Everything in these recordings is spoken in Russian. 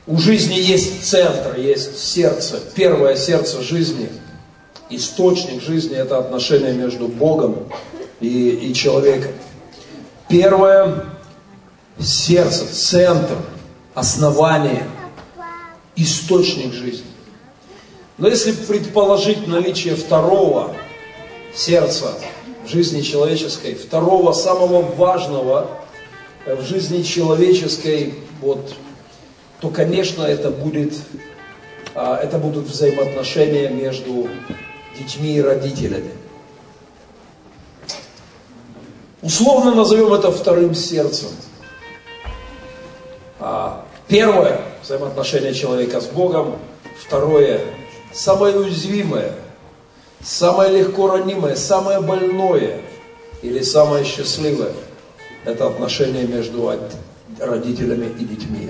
У жизни есть центр, есть сердце. Первое сердце жизни, источник жизни – это отношение между Богом и человеком. Первое сердце, центр, основание, источник жизни. Но если предположить наличие второго сердца в жизни человеческой, второго самого важного в жизни человеческой, то, конечно, это будут взаимоотношения между детьми и родителями. Условно назовем это вторым сердцем. Первое – взаимоотношение человека с Богом. Второе – самое уязвимое, самое легко ранимое, самое больное или самое счастливое – это отношение между родителями и детьми.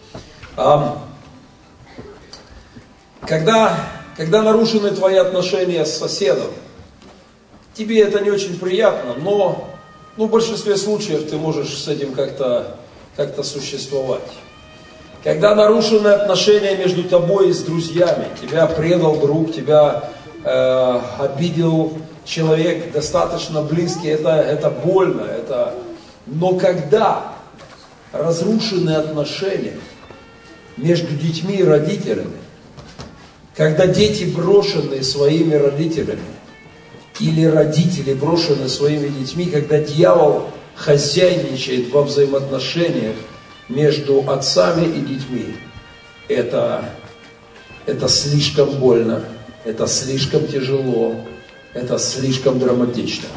Когда нарушены твои отношения с соседом, тебе это не очень приятно, но в большинстве случаев ты можешь с этим как-то существовать. Когда нарушены отношения между тобой и с друзьями, тебя предал друг, тебя обидел человек достаточно близкий, это больно, но когда разрушены отношения между детьми и родителями, когда дети брошены своими родителями, или родители брошены своими детьми, когда дьявол хозяйничает во взаимоотношениях между отцами и детьми, это слишком больно, это слишком тяжело, это слишком драматично.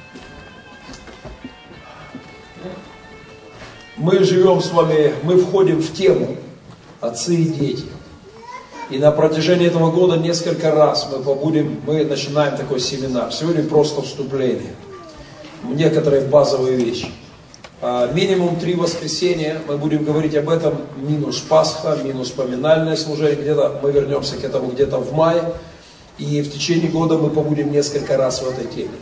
Мы живем с вами, мы входим в тему «Отцы и дети». И на протяжении этого года несколько раз мы начинаем такой семинар. Сегодня просто вступление. Некоторые базовые вещи. Минимум 3 воскресенья мы будем говорить об этом, минус Пасха, минус поминальное служение. Где-то мы вернемся к этому где-то в мае. И в течение года мы побудем несколько раз в этой теме.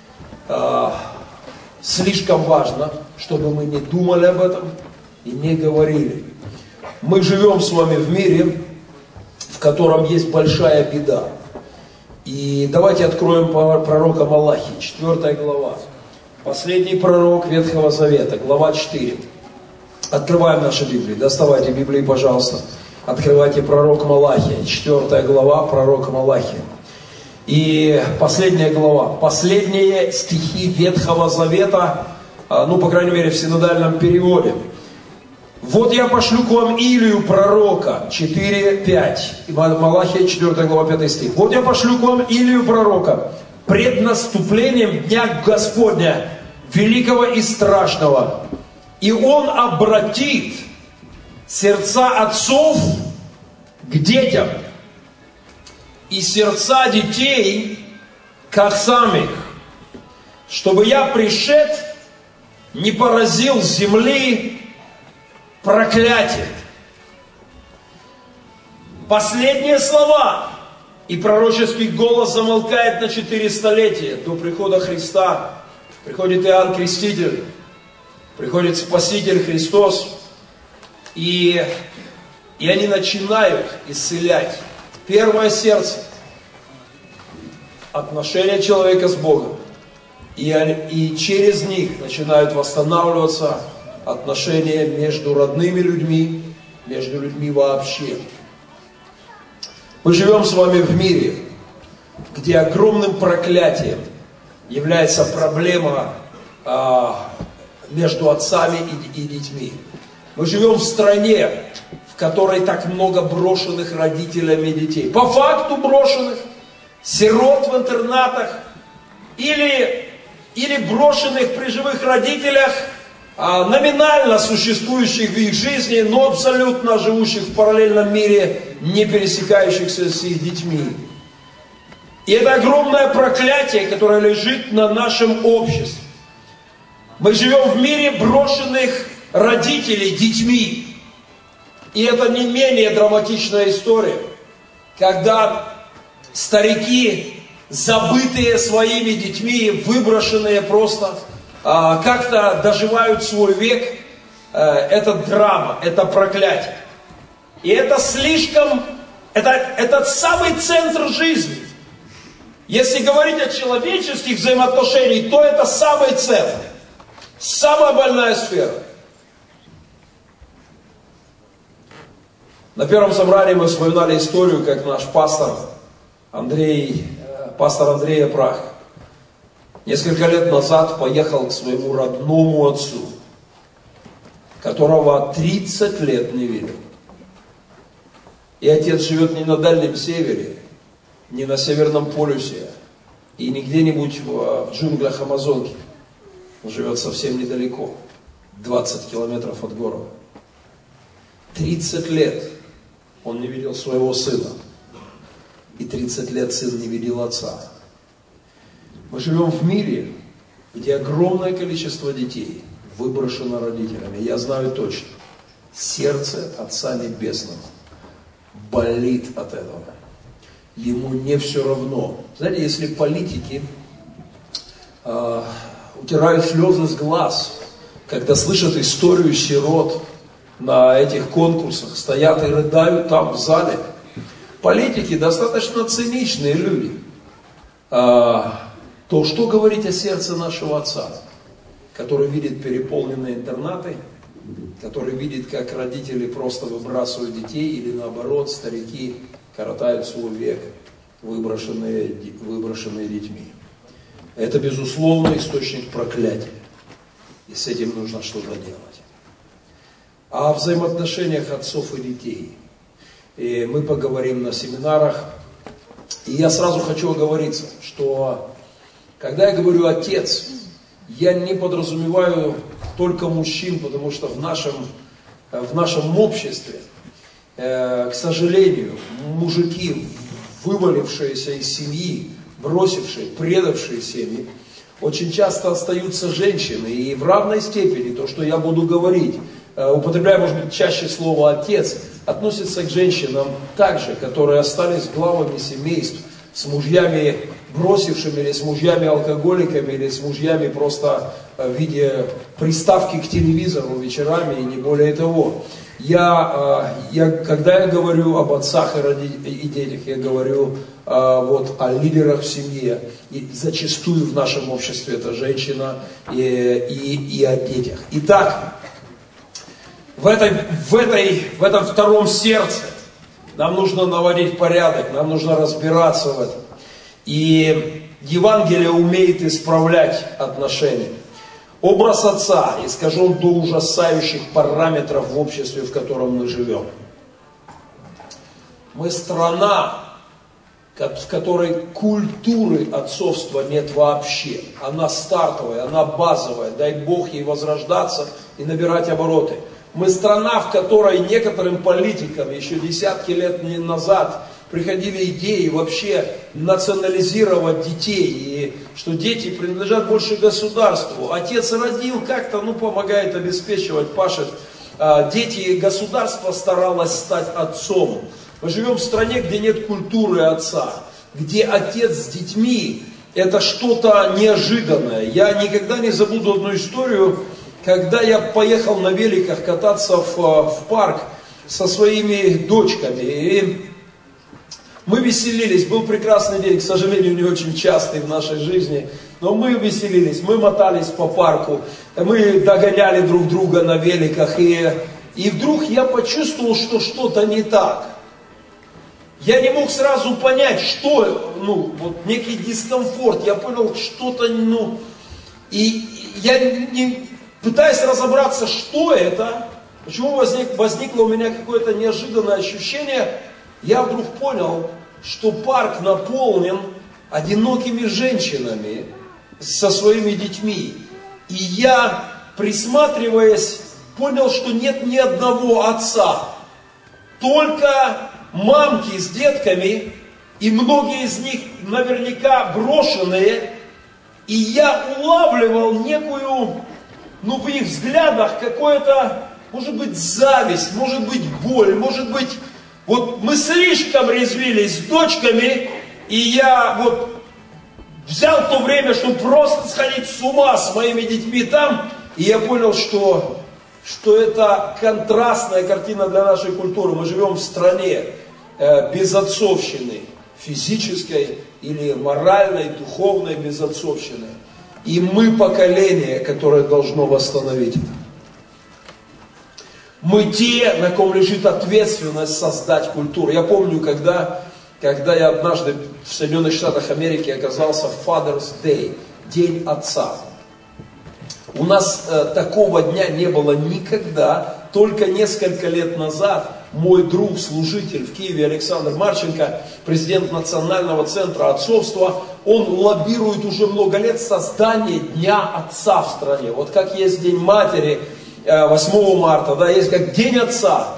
Слишком важно, чтобы мы не думали об этом и не говорили. Мы живем с вами в мире, в котором есть большая беда. И давайте откроем пророка Малахии, 4 глава. Последний пророк Ветхого Завета, глава 4. Открываем наши Библии. Доставайте Библии, пожалуйста. Открывайте пророк Малахия, 4 глава, пророк Малахия. И последняя глава, последние стихи Ветхого Завета, по крайней мере, в синодальном переводе. «Вот я пошлю к вам Илию, пророка», 4:5, Малахия, 4 глава, 5 стих. «Вот я пошлю к вам Илию, пророка, пред наступлением Дня Господня, великого и страшного, и он обратит сердца отцов к детям, и сердца детей к отцам их, чтобы я, пришед, не поразил земли проклятие». Последние слова, и пророческий голос замолкает на 4 столетия до прихода Христа. Приходит Иоанн Креститель, приходит Спаситель Христос, и они начинают исцелять. Первое сердце, отношения человека с Богом, и через них начинают восстанавливаться отношения между родными людьми, между людьми вообще. Мы живем с вами в мире, где огромным проклятием является проблема между отцами и детьми. Мы живем в стране, в которой так много брошенных родителями детей. По факту брошенных, сирот в интернатах или брошенных при живых родителях, номинально существующих в их жизни, но абсолютно живущих в параллельном мире, не пересекающихся с их детьми. И это огромное проклятие, которое лежит на нашем обществе. Мы живем в мире брошенных родителей детьми. И это не менее драматичная история, когда старики, забытые своими детьми, выброшенные просто, как-то доживают свой век. Это драма, это проклятие. И это слишком, это самый центр жизни. Если говорить о человеческих взаимоотношениях, то это самый центр. Самая больная сфера. На первом собрании мы вспоминали историю, как наш пастор Андрей Прах несколько лет назад поехал к своему родному отцу, которого 30 лет не видел. И отец живет не на Дальнем Севере, не на Северном полюсе и не где-нибудь в джунглях Амазонки. Он живет совсем недалеко, 20 километров от города. 30 лет он не видел своего сына. И 30 лет сын не видел отца. Мы живем в мире, где огромное количество детей выброшено родителями. Я знаю точно, сердце Отца Небесного болит от этого. Ему не все равно. Знаете, если политики утирают слезы с глаз, когда слышат историю сирот на этих конкурсах, стоят и рыдают там в зале. Политики достаточно циничные люди. То что говорить о сердце нашего Отца, который видит переполненные интернаты, который видит, как родители просто выбрасывают детей, или наоборот, старики коротают свой век, выброшенные детьми. Это, безусловно, источник проклятия. И с этим нужно что-то делать. О взаимоотношениях отцов и детей. И мы поговорим на семинарах. И я сразу хочу оговориться, что когда я говорю «отец», я не подразумеваю только мужчин, потому что в нашем обществе, к сожалению, мужики, вывалившиеся из семьи, бросившие, предавшие семьи, очень часто остаются женщины. И в равной степени то, что я буду говорить, употребляя, может быть, чаще слово «отец», относится к женщинам также, которые остались главами семейств, с мужьями бросившими, или с мужьями алкоголиками, или с мужьями просто в виде приставки к телевизору вечерами, и не более того. Когда я говорю об отцах и детях, я говорю о лидерах в семье. И зачастую в нашем обществе это женщина и о детях. Итак, в этом втором сердце нам нужно наводить порядок, нам нужно разбираться в этом. И Евангелие умеет исправлять отношения. Образ отца искажен до ужасающих параметров в обществе, в котором мы живем. Мы страна, в которой культуры отцовства нет вообще. Она стартовая, она базовая. Дай Бог ей возрождаться и набирать обороты. Мы страна, в которой некоторым политикам еще десятки лет назад приходили идеи вообще национализировать детей, и что дети принадлежат больше государству. Отец родил как-то, помогает обеспечивать, пашет. Дети, государство старалось стать отцом. Мы живем в стране, где нет культуры отца, где отец с детьми это что-то неожиданное. Я никогда не забуду одну историю, когда я поехал на великах кататься в парк со своими дочками. И мы веселились, был прекрасный день, к сожалению, не очень частый в нашей жизни, но мы веселились, мы мотались по парку, мы догоняли друг друга на великах, и вдруг я почувствовал, что что-то не так. Я не мог сразу понять, что, некий дискомфорт, я понял, что-то, и я не пытаясь разобраться, что это, почему возникло у меня какое-то неожиданное ощущение, я вдруг понял, что парк наполнен одинокими женщинами со своими детьми. И я, присматриваясь, понял, что нет ни одного отца, только мамки с детками, и многие из них наверняка брошенные. И я улавливал некую, в их взглядах какое-то, может быть, зависть, может быть, боль, может быть, мы слишком резвились с дочками, и я взял то время, чтобы просто сходить с ума с моими детьми там, и я понял, что что это контрастная картина для нашей культуры. Мы живем в стране безотцовщины, физической или моральной, духовной безотцовщины. И мы поколение, которое должно восстановить это. Мы те, на ком лежит ответственность создать культуру. Я помню, когда я однажды в Соединенных Штатах Америки оказался в Father's Day, День Отца. У нас такого дня не было никогда. Только несколько лет назад мой друг, служитель в Киеве Александр Марченко, президент Национального центра отцовства, он лоббирует уже много лет создание Дня Отца в стране. Вот как есть День Матери 8 марта, да, есть как День Отца.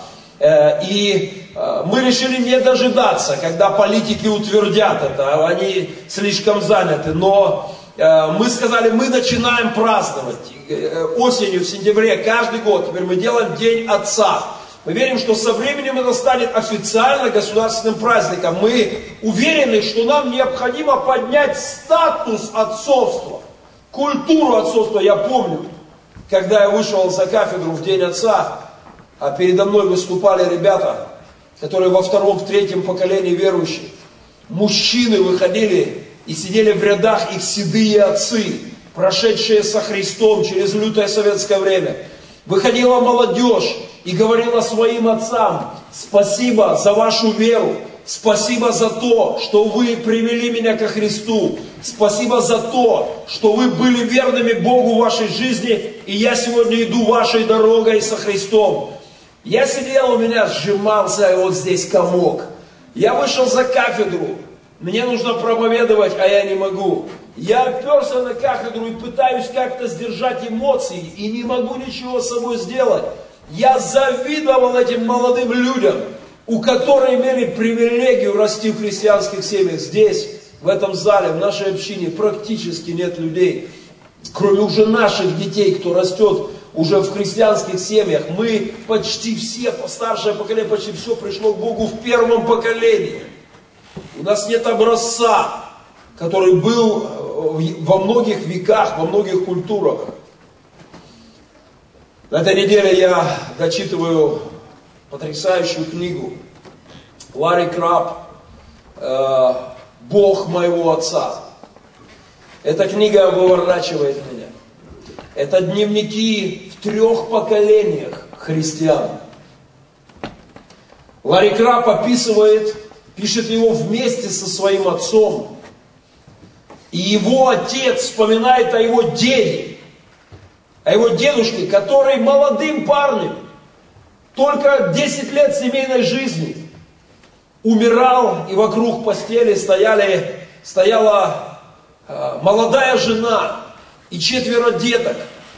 И мы решили не дожидаться, когда политики утвердят это, они слишком заняты. Но мы сказали, мы начинаем праздновать осенью, в сентябре, каждый год. Теперь мы делаем День Отца. Мы верим, что со временем это станет официально государственным праздником. Мы уверены, что нам необходимо поднять статус отцовства, культуру отцовства. Я помню, когда я вышел за кафедру в День Отца, а передо мной выступали ребята, которые во втором, в третьем поколении верующих. Мужчины выходили и сидели в рядах, их седые отцы, прошедшие со Христом через лютое советское время. Выходила молодежь и говорила своим отцам: спасибо за вашу веру, спасибо за то, что вы привели меня ко Христу, спасибо за то, что вы были верными Богу в вашей жизни, и я сегодня иду вашей дорогой со Христом. Я сидел, у меня сжимался вот здесь комок. Я вышел за кафедру, мне нужно проповедовать, а я не могу. Я оперся на кафедру и пытаюсь как-то сдержать эмоции, и не могу ничего с собой сделать. Я завидовал этим молодым людям, у которых имели привилегию расти в христианских семьях. Здесь, в этом зале, в нашей общине практически нет людей, кроме уже наших детей, кто растет уже в христианских семьях. Мы почти все, старшее поколение, почти все пришло к Богу в первом поколении. У нас нет образца, который был во многих веках, во многих культурах. На этой неделе я дочитываю потрясающую книгу Ларри Краб «Бог моего отца». Эта книга выворачивает меня. Это дневники в 3 поколениях христиан. Ларри Краб пишет его вместе со своим отцом. И его отец вспоминает о его деде, о его дедушке, который молодым парнем, только 10 лет семейной жизни, умирал, и вокруг постели стояла молодая жена и 4 деток.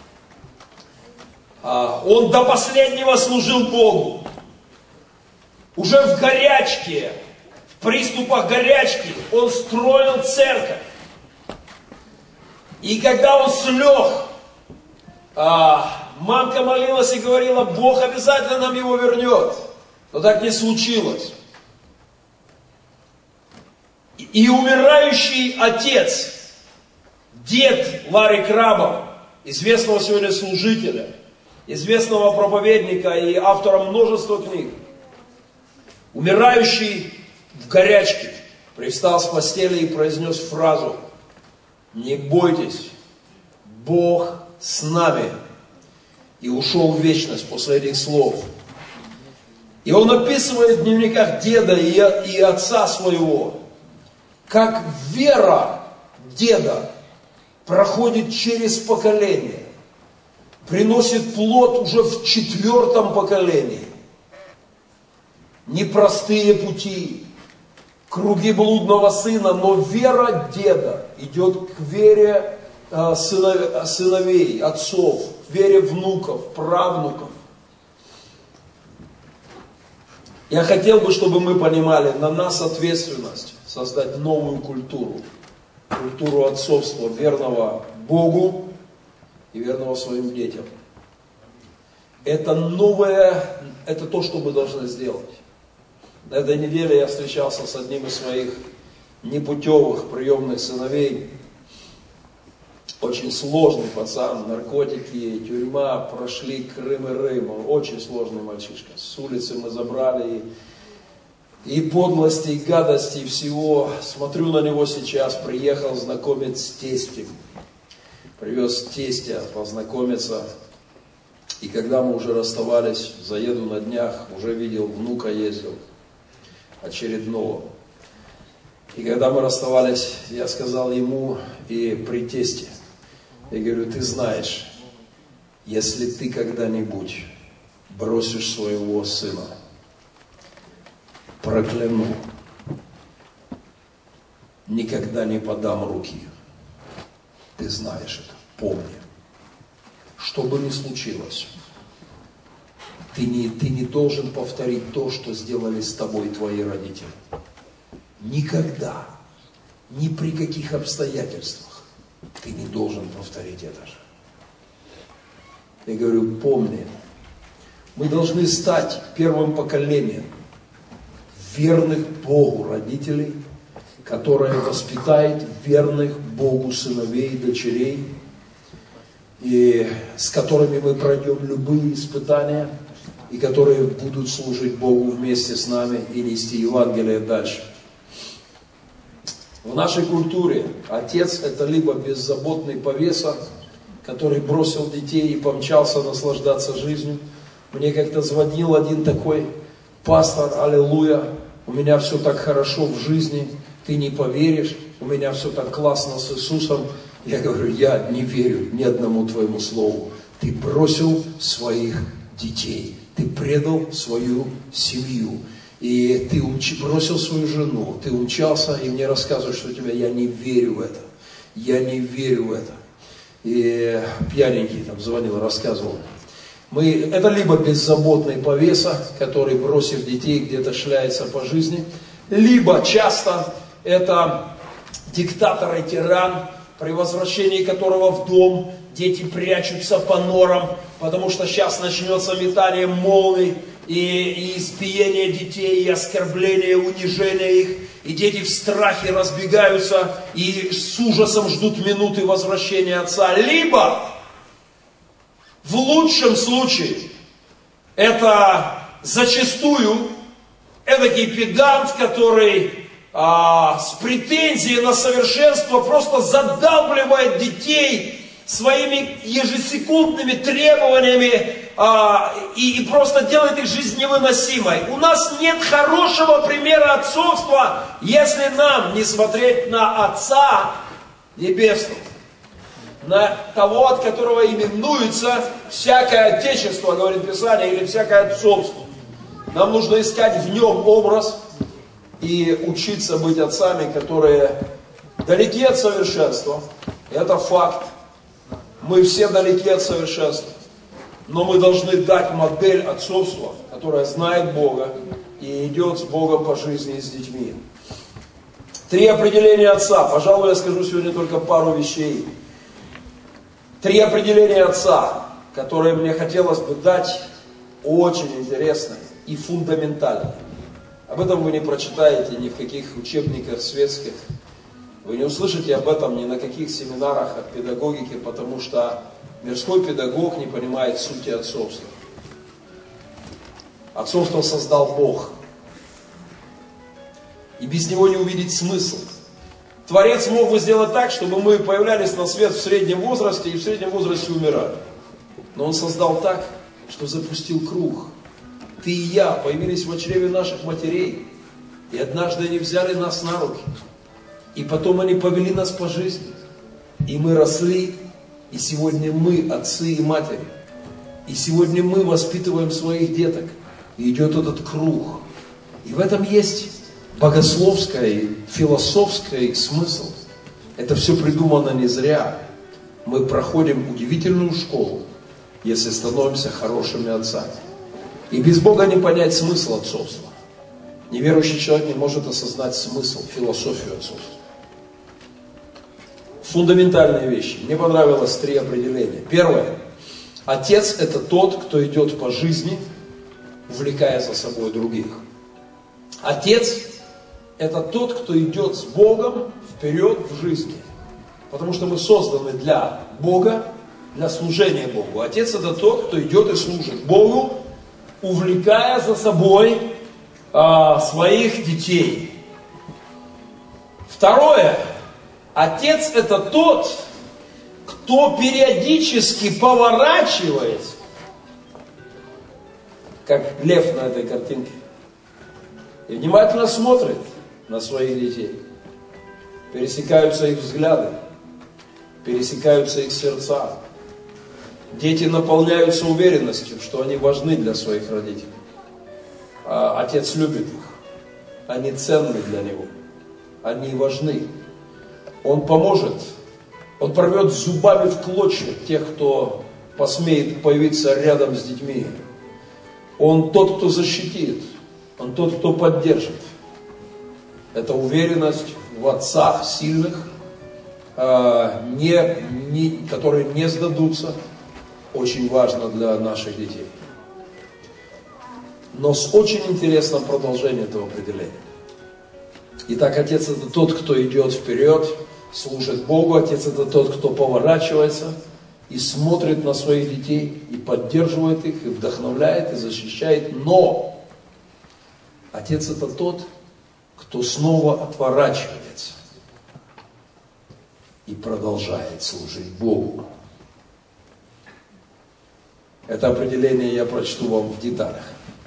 Он до последнего служил Богу. Уже в горячке, в приступах горячки, он строил церковь. И когда он слег, мамка молилась и говорила: Бог обязательно нам его вернет. Но так не случилось. И умирающий отец, дед Ларри Краба, известного сегодня служителя, известного проповедника и автора множества книг, умирающий в горячке, привстал с постели и произнес фразу: «Не бойтесь, Бог с нами», и ушел в вечность после этих слов. И он описывает в дневниках деда и отца своего, как вера деда проходит через поколение, приносит плод уже в 4 поколении. Непростые пути, круги блудного сына, но вера деда идет к вере сыновей, отцов, к вере внуков, правнуков. Я хотел бы, чтобы мы понимали, на нас ответственность создать новую культуру. Культуру отцовства, верного Богу и верного своим детям. Это новое, это то, что мы должны сделать. На этой неделе я встречался с одним из своих непутевых приемных сыновей. Очень сложный пацан, наркотики, тюрьма, прошли Крым и Рым. Он очень сложный мальчишка. С улицы мы забрали и подлости, и гадости, и всего. Смотрю на него сейчас, приехал знакомец с тестем. Привез тестя познакомиться. И когда мы уже расставались, заеду на днях, уже видел, внука ездил, очередного. И когда мы расставались, я сказал ему и при тесте, я говорю, ты знаешь, если ты когда-нибудь бросишь своего сына, прокляну, никогда не подам руки. Ты знаешь это, помни. Что бы ни случилось, ты не должен повторить то, что сделали с тобой твои родители. Никогда, ни при каких обстоятельствах ты не должен повторить это же. Я говорю, помни, мы должны стать первым поколением верных Богу родителей, которое воспитает верных Богу сыновей и дочерей, и с которыми мы пройдем любые испытания, и которые будут служить Богу вместе с нами и нести Евангелие дальше. В нашей культуре отец – это либо беззаботный повеса, который бросил детей и помчался наслаждаться жизнью. Мне как-то звонил один такой пастор, аллилуйя, у меня все так хорошо в жизни, ты не поверишь, у меня все так классно с Иисусом. Я говорю, я не верю ни одному твоему слову. Ты бросил своих детей, ты предал свою семью. И ты бросил свою жену, ты умчался, и мне рассказывают, что тебя, я не верю в это. Я не верю в это. И пьяненький там звонил, рассказывал. Это либо беззаботный повеса, который, бросив детей, где-то шляется по жизни, либо часто это диктатор и тиран, при возвращении которого в дом дети прячутся по норам, потому что сейчас начнется метание молний, и избиение детей, и оскорбление, унижение их, и дети в страхе разбегаются, и с ужасом ждут минуты возвращения отца. Либо, в лучшем случае, это зачастую эдакий педант, который с претензией на совершенство просто задалбливает детей своими ежесекундными требованиями и просто делает их жизнь невыносимой. У нас нет хорошего примера отцовства, если нам не смотреть на Отца Небесного, на того, от которого именуется всякое отечество, говорит Писание, или всякое отцовство. Нам нужно искать в нем образ и учиться быть отцами, которые далеки от совершенства. Это факт. Мы все далеки от совершенства. Но мы должны дать модель отцовства, которая знает Бога и идет с Богом по жизни и с детьми. 3 определения отца. Пожалуй, я скажу сегодня только пару вещей. 3 определения отца, которые мне хотелось бы дать, очень интересные и фундаментальные. Об этом вы не прочитаете ни в каких учебниках светских. Вы не услышите об этом ни на каких семинарах о педагогике, потому что мирской педагог не понимает сути отцовства. Отцовство создал Бог. И без него не увидеть смысл. Творец мог бы сделать так, чтобы мы появлялись на свет в среднем возрасте и в среднем возрасте умирали. Но Он создал так, что запустил круг. Ты и я появились в чреве наших матерей. И однажды они взяли нас на руки. И потом они повели нас по жизни. И мы росли. И сегодня мы отцы и матери. И сегодня мы воспитываем своих деток. И идет этот круг. И в этом есть богословский, философский смысл. Это все придумано не зря. Мы проходим удивительную школу, если становимся хорошими отцами. И без Бога не понять смысл отцовства. Неверующий человек не может осознать смысл, философию отцовства. Фундаментальные вещи. Мне понравилось 3 определения. Первое. Отец – это тот, кто идет по жизни, увлекая за собой других. Отец – это тот, кто идет с Богом вперед в жизни. Потому что мы созданы для Бога, для служения Богу. Отец это тот, кто идет и служит Богу, увлекая за собой своих детей. Второе. Отец это тот, кто периодически поворачивается, как лев на этой картинке, и внимательно смотрит на своих детей. Пересекаются их взгляды, пересекаются их сердца. Дети наполняются уверенностью, что они важны для своих родителей. Отец любит их. Они ценны для него. Они важны. Он поможет. Он порвет зубами в клочья тех, кто посмеет появиться рядом с детьми. Он тот, кто защитит. Он тот, кто поддержит. Это уверенность в отцах сильных, которые не сдадутся, очень важно для наших детей. Но с очень интересным продолжением этого определения. Итак, отец это тот, кто идет вперед, служит Богу. Отец это тот, кто поворачивается и смотрит на своих детей, и поддерживает их, и вдохновляет, и защищает. Но отец это тот, кто снова отворачивается и продолжает служить Богу. Это определение я прочту вам в деталях.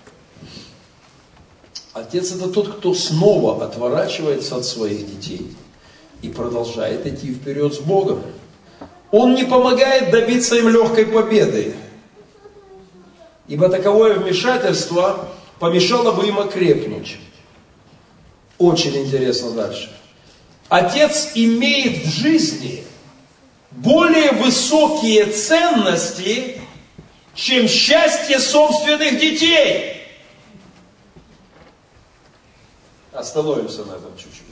Отец это тот, кто снова отворачивается от своих детей и продолжает идти вперед с Богом. Он не помогает добиться им легкой победы, ибо таковое вмешательство помешало бы им окрепнуть. Очень интересно дальше. Отец имеет в жизни более высокие ценности, чем счастье собственных детей. Остановимся на этом чуть-чуть.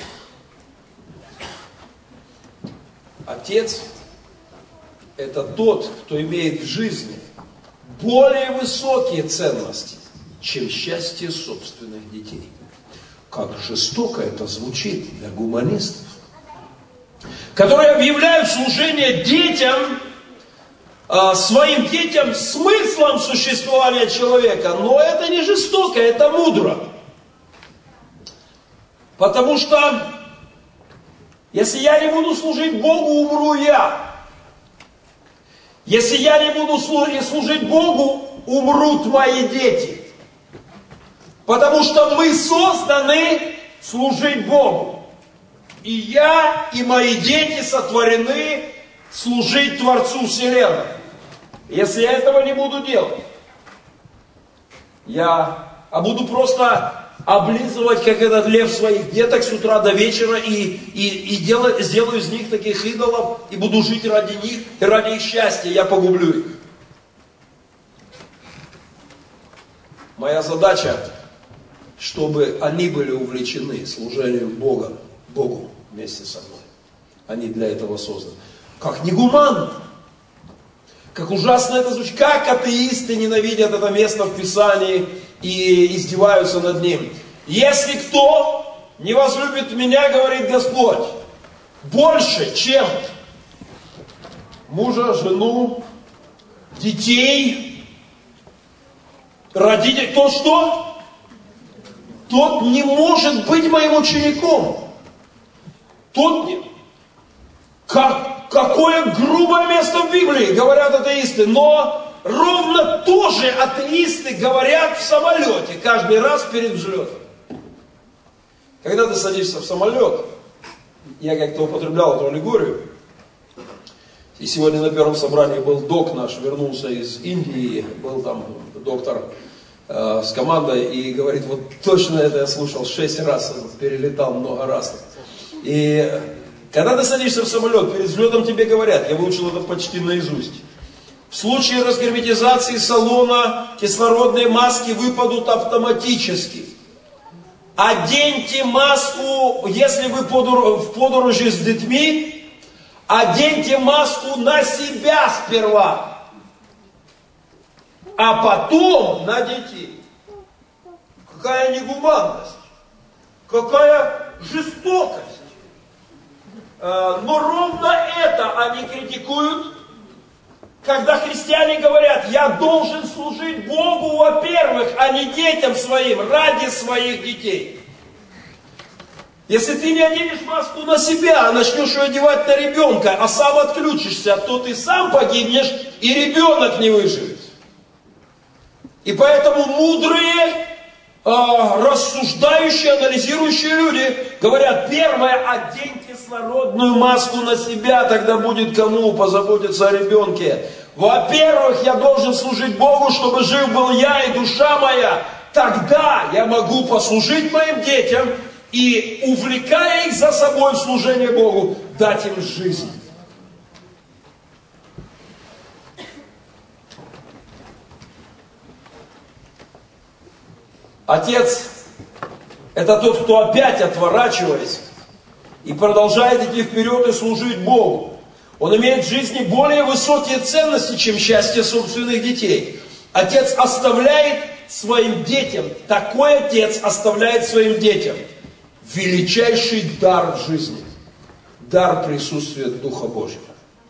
Отец это тот, кто имеет в жизни более высокие ценности, чем счастье собственных детей. Как жестоко это звучит для гуманистов, которые объявляют служение детям, своим детям смыслом существования человека. Но это не жестоко, это мудро. Потому что если я не буду служить Богу, умру я. Если я не буду служить Богу, умрут мои дети. Потому что мы созданы служить Богу. И я, и мои дети сотворены служить Творцу Вселенной. Если я этого не буду делать, я буду просто облизывать, как этот лев, своих деток с утра до вечера и сделаю из них таких идолов, и буду жить ради них, и ради их счастья, я погублю их. Моя задача, чтобы они были увлечены служением Богу вместе со мной. Они для этого созданы. Как негуманно, как ужасно это звучит, как атеисты ненавидят это место в Писании и издеваются над ним. Если кто не возлюбит меня, говорит Господь, больше, чем мужа, жену, детей, родителей, то что? Тот не может быть моим учеником. Тот не... Какое грубое место в Библии, говорят атеисты, но ровно то же атеисты говорят в самолете, каждый раз перед взлетом. Когда ты садишься в самолет, я как-то употреблял эту аллегорию, и сегодня на первом собрании был док наш, вернулся из Индии, был там доктор с командой, и говорит, вот точно это я слушал 6 раз, перелетал много раз. И когда ты садишься в самолет, перед взлетом тебе говорят, я выучил это почти наизусть, в случае разгерметизации салона кислородные маски выпадут автоматически. Оденьте маску, если вы в подорожи с детьми, оденьте маску на себя сперва, а потом на детей. Какая негуманность, какая жестокость. Но ровно это они критикуют, когда христиане говорят, я должен служить Богу, во-первых, а не детям своим, ради своих детей. Если ты не оденешь маску на себя, а начнешь ее одевать на ребенка, а сам отключишься, то ты сам погибнешь, и ребенок не выживет. И поэтому мудрые, рассуждающие, анализирующие люди говорят, первое, одень кислородную маску на себя, тогда будет кому позаботиться о ребенке. Во-первых, я должен служить Богу, чтобы жив был я и душа моя. Тогда я могу послужить моим детям и, увлекая их за собой в служение Богу, дать им жизнь. Отец – это тот, кто опять, отворачиваясь, и продолжает идти вперед и служить Богу. Он имеет в жизни более высокие ценности, чем счастье собственных детей. Отец оставляет своим детям, такой отец оставляет своим детям величайший дар в жизни. Дар присутствия Духа Божьего.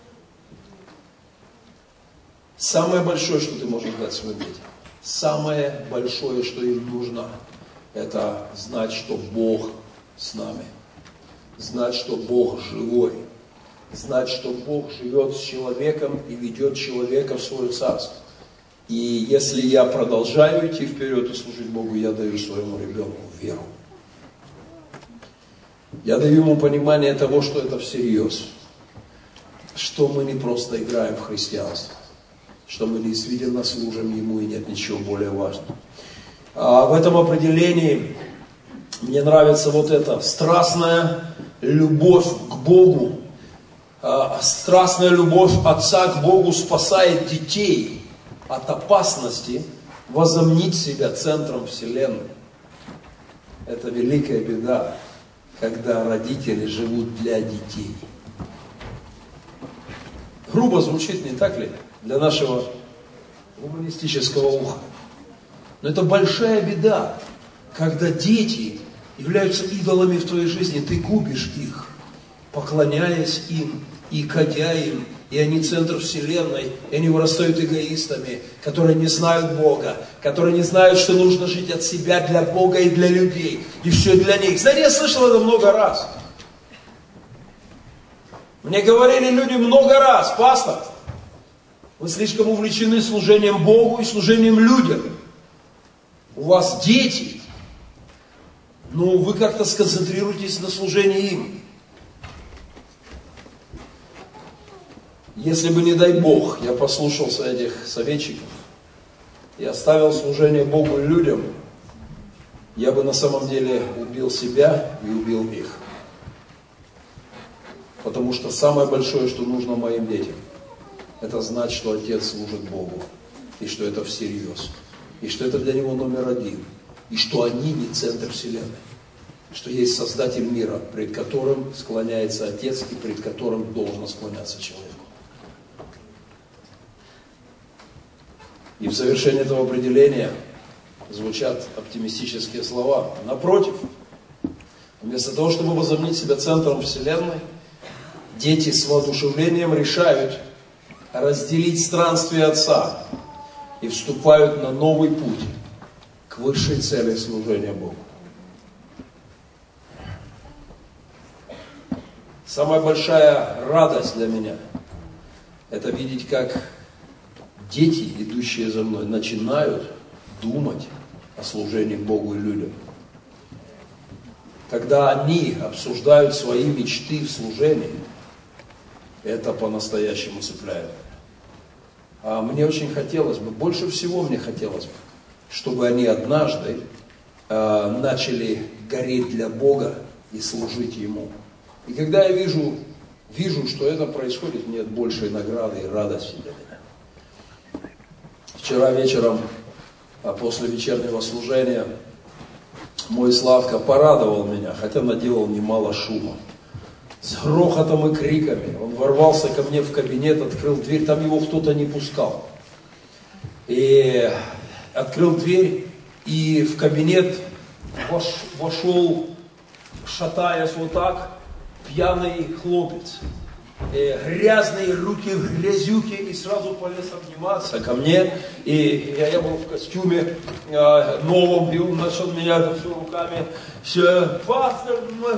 Самое большое, что ты можешь дать своим детям. Самое большое, что им нужно, это знать, что Бог с нами. Знать, что Бог живой. Знать, что Бог живет с человеком и ведет человека в свое царство. И если я продолжаю идти вперед и служить Богу, я даю своему ребенку веру. Я даю ему понимание того, что это всерьез. Что мы не просто играем в христианство. Что мы действительно служим Ему, и нет ничего более важного. В этом определении мне нравится вот это: страстная любовь к Богу, страстная любовь Отца к Богу спасает детей от опасности возомнить себя центром Вселенной. Это великая беда, когда родители живут для детей. Грубо звучит, не так ли? Для нашего гуманистического уха. Но это большая беда, когда дети являются идолами в твоей жизни, ты губишь их, поклоняясь им и кадя им, и они центр вселенной, и они вырастают эгоистами, которые не знают Бога, которые не знают, что нужно жить от себя для Бога и для людей, и все для них. Знаете, я слышал это много раз. Мне говорили люди много раз: пастор, вы слишком увлечены служением Богу и служением людям. У вас дети. Но вы как-то сконцентрируйтесь на служении им. Если бы, не дай Бог, я послушался этих советчиков и оставил служение Богу и людям, я бы на самом деле убил себя и убил их. Потому что самое большое, что нужно моим детям, это знать, что Отец служит Богу, и что это всерьез, и что это для Него номер один, и что они не центр Вселенной, что есть Создатель мира, пред которым склоняется Отец и пред которым должен склоняться человек. И в завершении этого определения звучат оптимистические слова. Напротив, вместо того, чтобы возомнить себя центром Вселенной, дети с воодушевлением решают разделить странствие Отца и вступают на новый путь к высшей цели служения Богу. Самая большая радость для меня – это видеть, как дети, идущие за мной, начинают думать о служении Богу и людям. Когда они обсуждают свои мечты в служении, это по-настоящему цепляет. А мне очень хотелось бы, больше всего мне хотелось бы, чтобы они однажды начали гореть для Бога и служить Ему. И когда я вижу, что это происходит, нет большей награды и радости для меня. Вчера вечером, после вечернего служения, мой Славка порадовал меня, хотя наделал немало шума. С грохотом и криками. Он ворвался ко мне в кабинет, открыл дверь, там его кто-то не пускал. И открыл дверь, и в кабинет вошел, шатаясь вот так, пьяный хлопец, грязные руки в грязюке, и сразу полез обниматься ко мне. И я был в костюме новом, и он начал меня это все руками, все, пастор,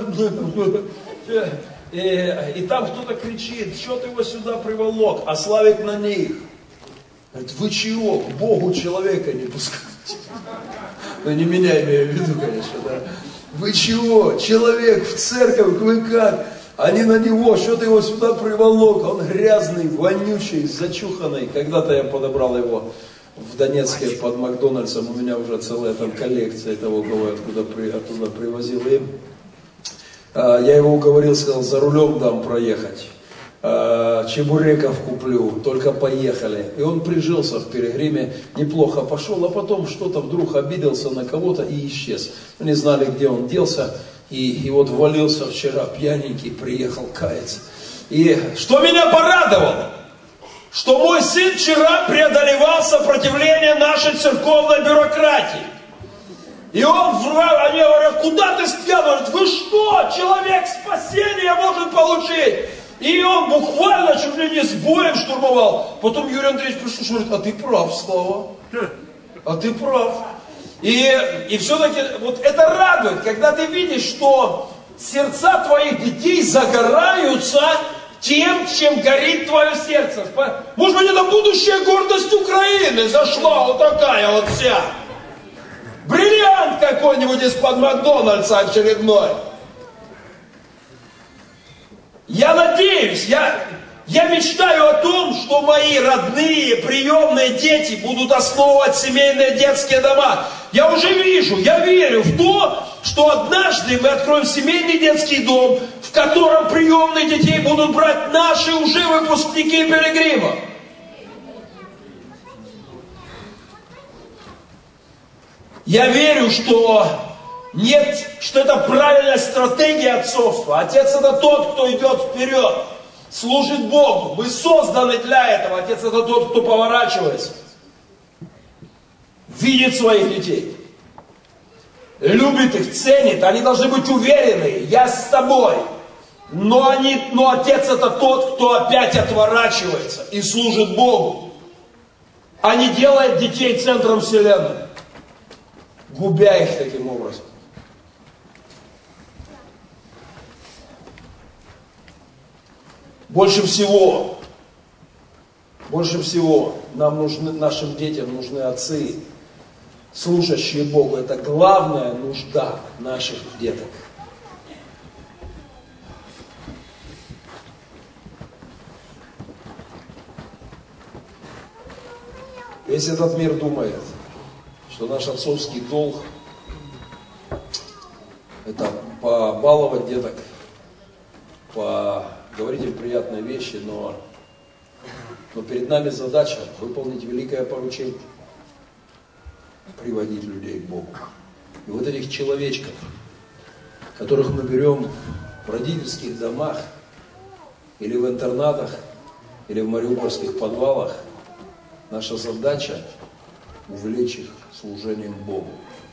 и там кто-то кричит, что ты его сюда приволок, а Славик на них. Говорит, вы чего, к Богу человека не пускаете? Ну не меня имею в виду, конечно, да. Вы чего, человек в церковь, вы как? Они на него, что ты его сюда приволок? Он грязный, вонючий, зачуханный. Когда-то я подобрал его в Донецке под Макдональдсом. У меня уже целая там коллекция того, кого я оттуда привозил. И я его уговорил, сказал, за рулем дам проехать. Чебуреков куплю, только поехали. И он прижился в Пилигриме, неплохо пошел, а потом что-то вдруг обиделся на кого-то и исчез. Мы не знали, где он делся. И вот ввалился вчера пьяненький, приехал каяться. И что меня порадовало, что мой сын вчера преодолевал сопротивление нашей церковной бюрократии. И они говорят, куда ты спьян? Он говорит, вы что, человек спасения может получить? И он буквально чуть ли не с боем штурмовал. Потом Юрий Андреевич пришел и говорит, а ты прав, Слава, а ты прав. И все-таки вот это радует, когда ты видишь, что сердца твоих детей загораются тем, чем горит твое сердце. Может быть, это будущая гордость Украины зашла вот такая вот вся. Бриллиант какой-нибудь из-под Макдональдса очередной. Я надеюсь, я мечтаю о том, что мои родные, приемные дети будут основывать семейные детские дома. Я уже вижу, я верю в то, что однажды мы откроем семейный детский дом, в котором приемные детей будут брать наши уже выпускники Пилигрима. Я верю, что это правильная стратегия отцовства. Отец это тот, кто идет вперед, служит Богу. Мы созданы для этого. Отец это тот, кто поворачивается, видит своих детей, любит их, ценит. Они должны быть уверены, я с тобой. Но отец это тот, кто опять отворачивается и служит Богу, а не делает детей центром вселенной, губя их таким образом. Больше всего нашим детям нужны отцы, служащие Богу. Это главная нужда наших деток. Весь этот мир думает, что наш отцовский долг – это побаловать деток, говорить им приятные вещи, но перед нами задача выполнить великое поручение, приводить людей к Богу. И вот этих человечков, которых мы берем в родительских домах, или в интернатах, или в мариупольских подвалах, наша задача увлечь их служением Богу.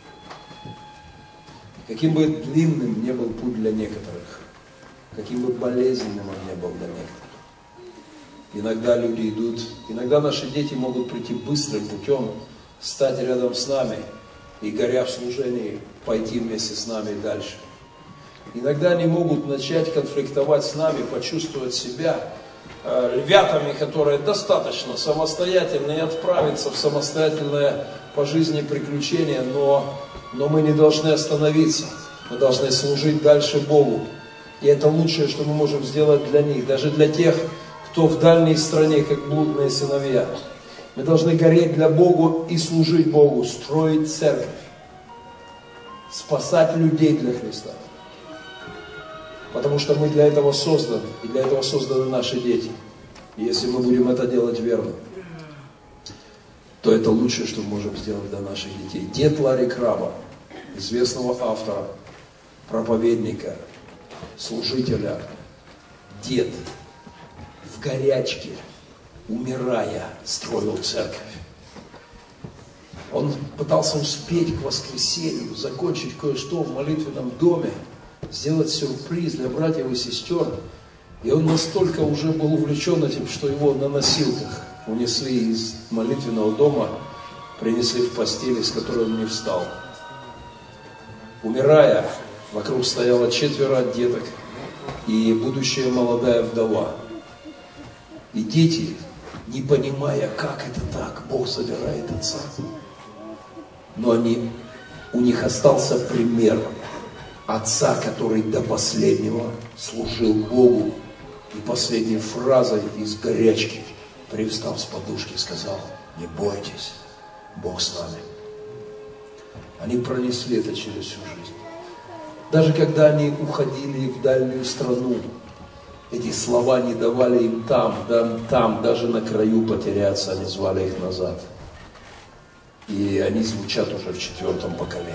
Каким бы длинным ни был путь для некоторых, каким бы болезненным он ни был для некоторых, иногда люди идут, иногда наши дети могут прийти быстрым путем, стать рядом с нами и, горя в служении, пойти вместе с нами дальше. Иногда они могут начать конфликтовать с нами, почувствовать себя львятами, которые достаточно самостоятельны, и отправиться в самостоятельное по жизни приключение, но мы не должны остановиться, мы должны служить дальше Богу. И это лучшее, что мы можем сделать для них, даже для тех, кто в дальней стране, как блудные сыновья. Мы должны гореть для Бога и служить Богу, строить церковь, спасать людей для Христа. Потому что мы для этого созданы, и для этого созданы наши дети. И если мы будем это делать верно, то это лучшее, что мы можем сделать для наших детей. Дед Ларри Краба, известного автора, проповедника, служителя, дед в горячке, умирая, строил церковь. Он пытался успеть к воскресенью, закончить кое-что в молитвенном доме, сделать сюрприз для братьев и сестер. И он настолько уже был увлечен этим, что его на носилках унесли из молитвенного дома, принесли в постели, с которой он не встал. Умирая, вокруг стояло 4 деток и будущая молодая вдова. И дети, не понимая, как это так, Бог забирает отца. Но у них остался пример отца, который до последнего служил Богу. И последней фразой из горячки, привстав с подушки, сказал: не бойтесь, Бог с нами. Они пронесли это через всю жизнь. Даже когда они уходили в дальнюю страну, эти слова не давали им там, даже на краю потеряться, они звали их назад. И они звучат уже в 4-м поколении.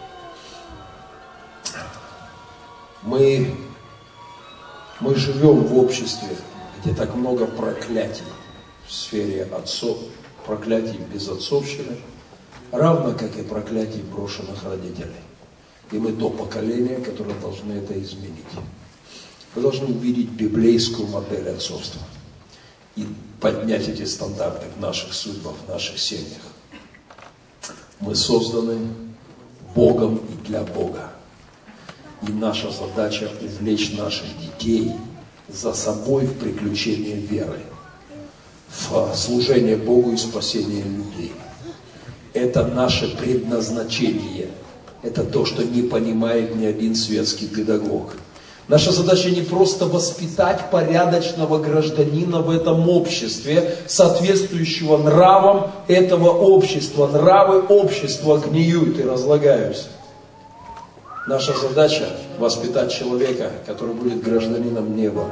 Мы живем в обществе, где так много проклятий в сфере отцов, проклятий безотцовщины, равно как и проклятий брошенных родителей. И мы то поколение, которое должны это изменить. Мы должны увидеть библейскую модель отцовства и поднять эти стандарты в наших судьбах, в наших семьях. Мы созданы Богом и для Бога. И наша задача увлечь наших детей за собой в приключение веры, в служение Богу и спасение людей. Это наше предназначение. Это то, что не понимает ни один светский педагог. Наша задача не просто воспитать порядочного гражданина в этом обществе, соответствующего нравам этого общества. Нравы общества гниют и разлагаются. Наша задача воспитать человека, который будет гражданином неба,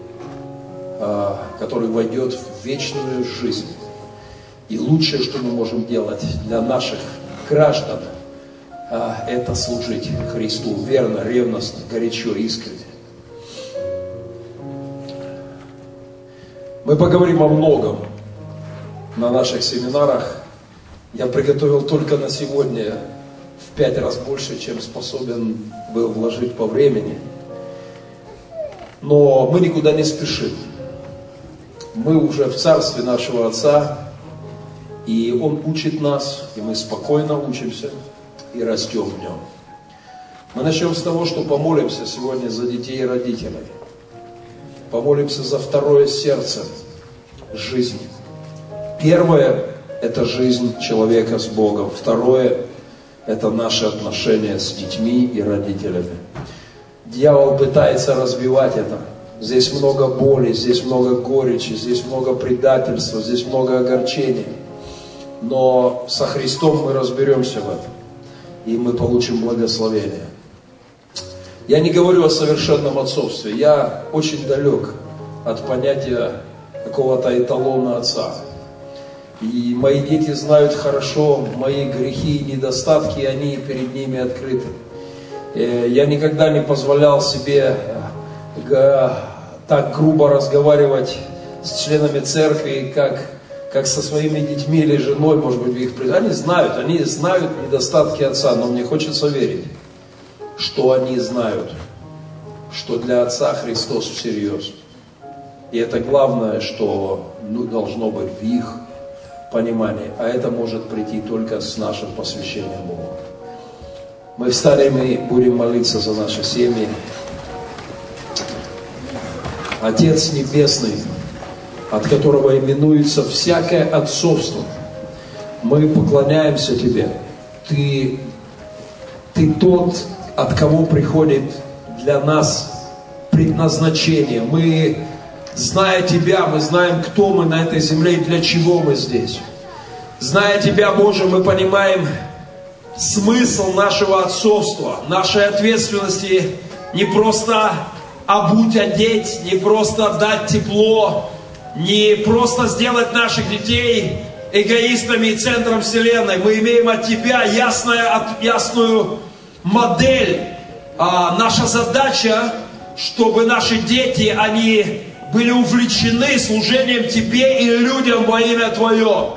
который войдет в вечную жизнь. И лучшее, что мы можем делать для наших граждан, это служить Христу верно, ревностно, горячо, искренне. Мы поговорим о многом на наших семинарах. Я приготовил только на сегодня в 5 раз больше, чем способен был вложить по времени. Но мы никуда не спешим. Мы уже в царстве нашего Отца, и Он учит нас, и мы спокойно учимся и растем в Нем. Мы начнем с того, что помолимся сегодня за детей и родителей. Помолимся за второе сердце жизни. Первое – это жизнь человека с Богом. Второе – это наши отношения с детьми и родителями. Дьявол пытается разбивать это. Здесь много боли, здесь много горечи, здесь много предательства, здесь много огорчений. Но со Христом мы разберемся в этом. И мы получим благословение. Я не говорю о совершенном отцовстве. Я очень далек от понятия какого-то эталона отца. И мои дети знают хорошо мои грехи и недостатки, и они перед ними открыты. Я никогда не позволял себе так грубо разговаривать с членами церкви, как со своими детьми или женой, может быть, в их присутствии. Они знают недостатки отца, но мне хочется верить, что они знают, что для отца Христос всерьез. И это главное, что должно быть в их понимании. А это может прийти только с нашим посвящением Богу. Мы встанем и будем молиться за наши семьи. Отец Небесный, от которого именуется всякое отцовство, мы поклоняемся Тебе. Ты тот, от кого приходит для нас предназначение. Мы, зная Тебя, мы знаем, кто мы на этой земле и для чего мы здесь. Зная Тебя, Боже, мы понимаем смысл нашего отцовства, нашей ответственности не просто обуть, одеть, не просто дать тепло, не просто сделать наших детей эгоистами и центром вселенной. Мы имеем от Тебя ясную модель. Наша задача, чтобы наши дети, они были увлечены служением Тебе и людям во имя Твое.